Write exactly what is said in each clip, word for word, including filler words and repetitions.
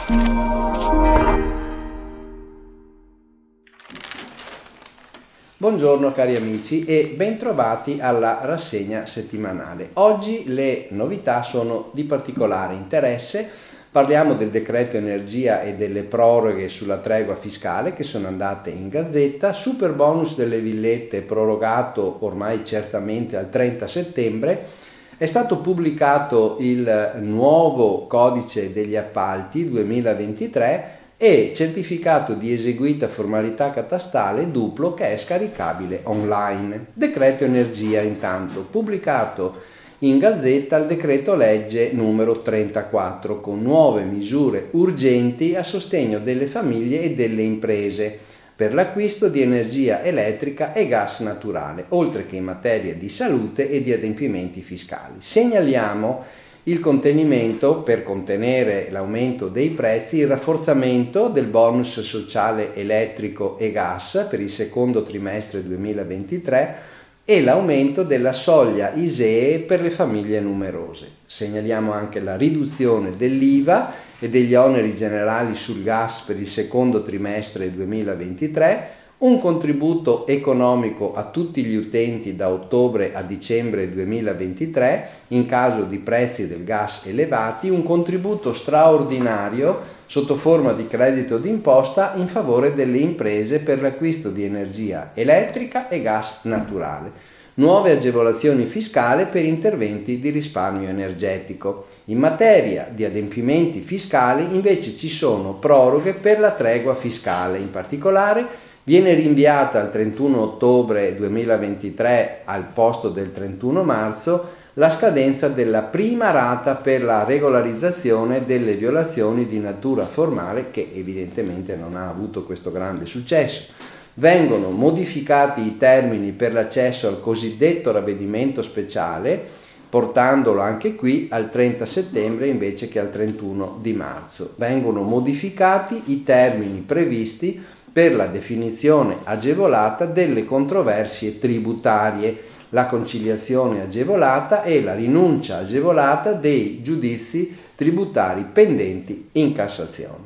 Buongiorno cari amici e bentrovati alla rassegna settimanale. Oggi le novità sono di particolare interesse. Parliamo del decreto energia e delle proroghe sulla tregua fiscale che sono andate in gazzetta, super bonus delle villette prorogato ormai certamente al trenta settembre, è stato pubblicato il nuovo codice degli appalti duemilaventitré e certificato di eseguita formalità catastale duplo che è scaricabile online. Decreto energia intanto, pubblicato in gazzetta il decreto legge numero trentaquattro con nuove misure urgenti a sostegno delle famiglie e delle imprese per l'acquisto di energia elettrica e gas naturale, oltre che in materia di salute e di adempimenti fiscali. Segnaliamo il contenimento, per contenere l'aumento dei prezzi, il rafforzamento del bonus sociale elettrico e gas per il secondo trimestre duemilaventitré e l'aumento della soglia I S E E per le famiglie numerose. Segnaliamo anche la riduzione dell'I V A e degli oneri generali sul gas per il secondo trimestre duemilaventitré, un contributo economico a tutti gli utenti da ottobre a dicembre duemilaventitré in caso di prezzi del gas elevati, un contributo straordinario sotto forma di credito d'imposta in favore delle imprese per l'acquisto di energia elettrica e gas naturale, nuove agevolazioni fiscali per interventi di risparmio energetico. In materia di adempimenti fiscali invece ci sono proroghe per la tregua fiscale, in particolare viene rinviata al trentuno ottobre duemilaventitré al posto del trentuno marzo la scadenza della prima rata per la regolarizzazione delle violazioni di natura formale che evidentemente non ha avuto questo grande successo. Vengono modificati i termini per l'accesso al cosiddetto ravvedimento speciale, portandolo anche qui al trenta settembre invece che al trentuno di marzo. Vengono modificati i termini previsti per la definizione agevolata delle controversie tributarie, la conciliazione agevolata e la rinuncia agevolata dei giudizi tributari pendenti in Cassazione.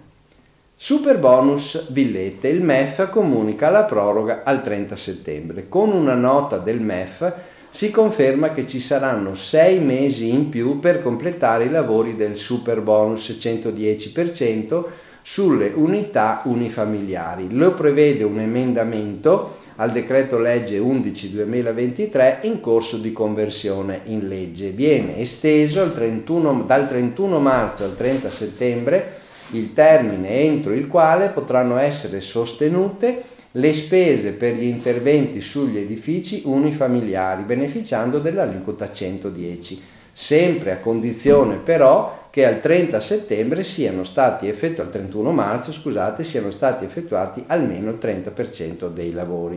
Super bonus villette, il M E F comunica la proroga al trenta settembre. Con una nota del M E F si conferma che ci saranno sei mesi in più per completare i lavori del super bonus centodieci per cento sulle unità unifamiliari. Lo prevede un emendamento al decreto legge undici duemilaventitré in corso di conversione in legge. Viene esteso al trentuno, dal trentuno marzo al trenta settembre il termine entro il quale potranno essere sostenute le spese per gli interventi sugli edifici unifamiliari beneficiando dell'aliquota centodieci, sempre a condizione però che al trenta settembre siano stati effettuati, al trentuno marzo scusate, siano stati effettuati almeno il trenta per cento dei lavori.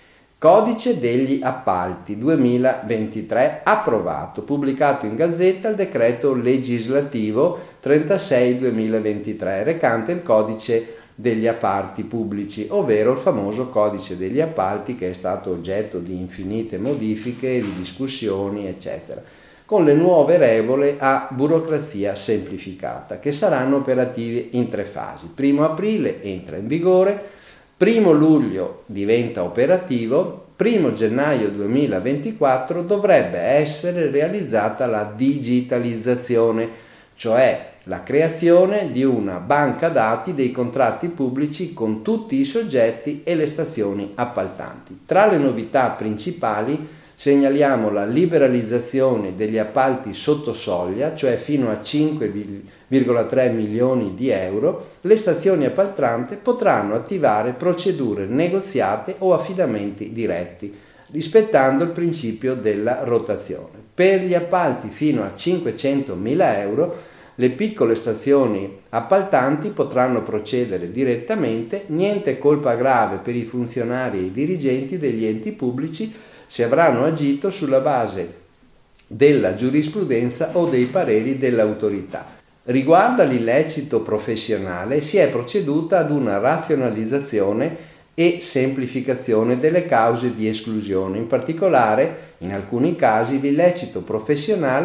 Codice degli appalti duemilaventitré approvato, pubblicato in gazzetta il decreto legislativo trentasei duemilaventitré recante il codice degli appalti pubblici, ovvero il famoso codice degli appalti che è stato oggetto di infinite modifiche, ridiscussioni, eccetera, con le nuove regole a burocrazia semplificata, che saranno operative in tre fasi. Primo aprile entra in vigore, primo luglio diventa operativo, primo gennaio duemilaventiquattro dovrebbe essere realizzata la digitalizzazione, cioè la creazione di una banca dati dei contratti pubblici con tutti i soggetti e le stazioni appaltanti. Tra le novità principali segnaliamo la liberalizzazione degli appalti sotto soglia, cioè fino a cinque virgola tre milioni di euro. Le stazioni appaltanti potranno attivare procedure negoziate o affidamenti diretti, rispettando il principio della rotazione. Per gli appalti fino a cinquecentomila euro, le piccole stazioni appaltanti potranno procedere direttamente, niente colpa grave per i funzionari e i dirigenti degli enti pubblici se avranno agito sulla base della giurisprudenza o dei pareri dell'autorità. Riguardo all'illecito professionale si è proceduta ad una razionalizzazione e semplificazione delle cause di esclusione. In particolare, in alcuni casi, l'illecito professionale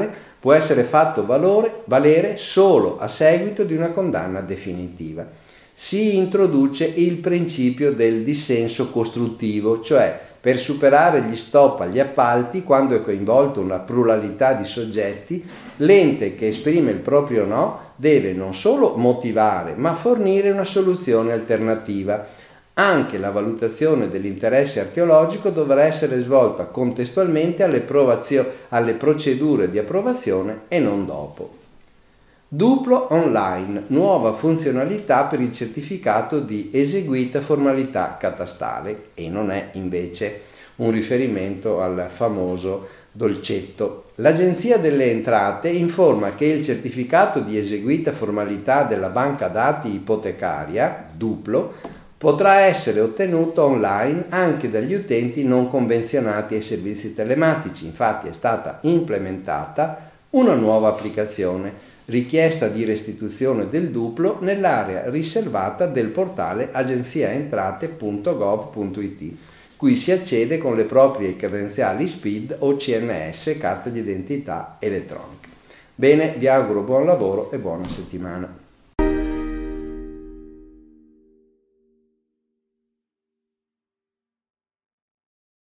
può essere fatto valore, valere solo a seguito di una condanna definitiva. Si introduce il principio del dissenso costruttivo, cioè per superare gli stop agli appalti, quando è coinvolto una pluralità di soggetti, l'ente che esprime il proprio no deve non solo motivare, ma fornire una soluzione alternativa. Anche la valutazione dell'interesse archeologico dovrà essere svolta contestualmente alle, alle procedure di approvazione e non dopo. Duplo online, nuova funzionalità per il certificato di eseguita formalità catastale, e non è invece un riferimento al famoso dolcetto. L'Agenzia delle Entrate informa che il certificato di eseguita formalità della banca dati ipotecaria, Duplo, potrà essere ottenuto online anche dagli utenti non convenzionati ai servizi telematici. Infatti è stata implementata una nuova applicazione, richiesta di restituzione del duplo nell'area riservata del portale agenziaentrate punto gov punto it, cui si accede con le proprie credenziali S P I D o C M S, carte di identità elettroniche. Bene, vi auguro buon lavoro e buona settimana.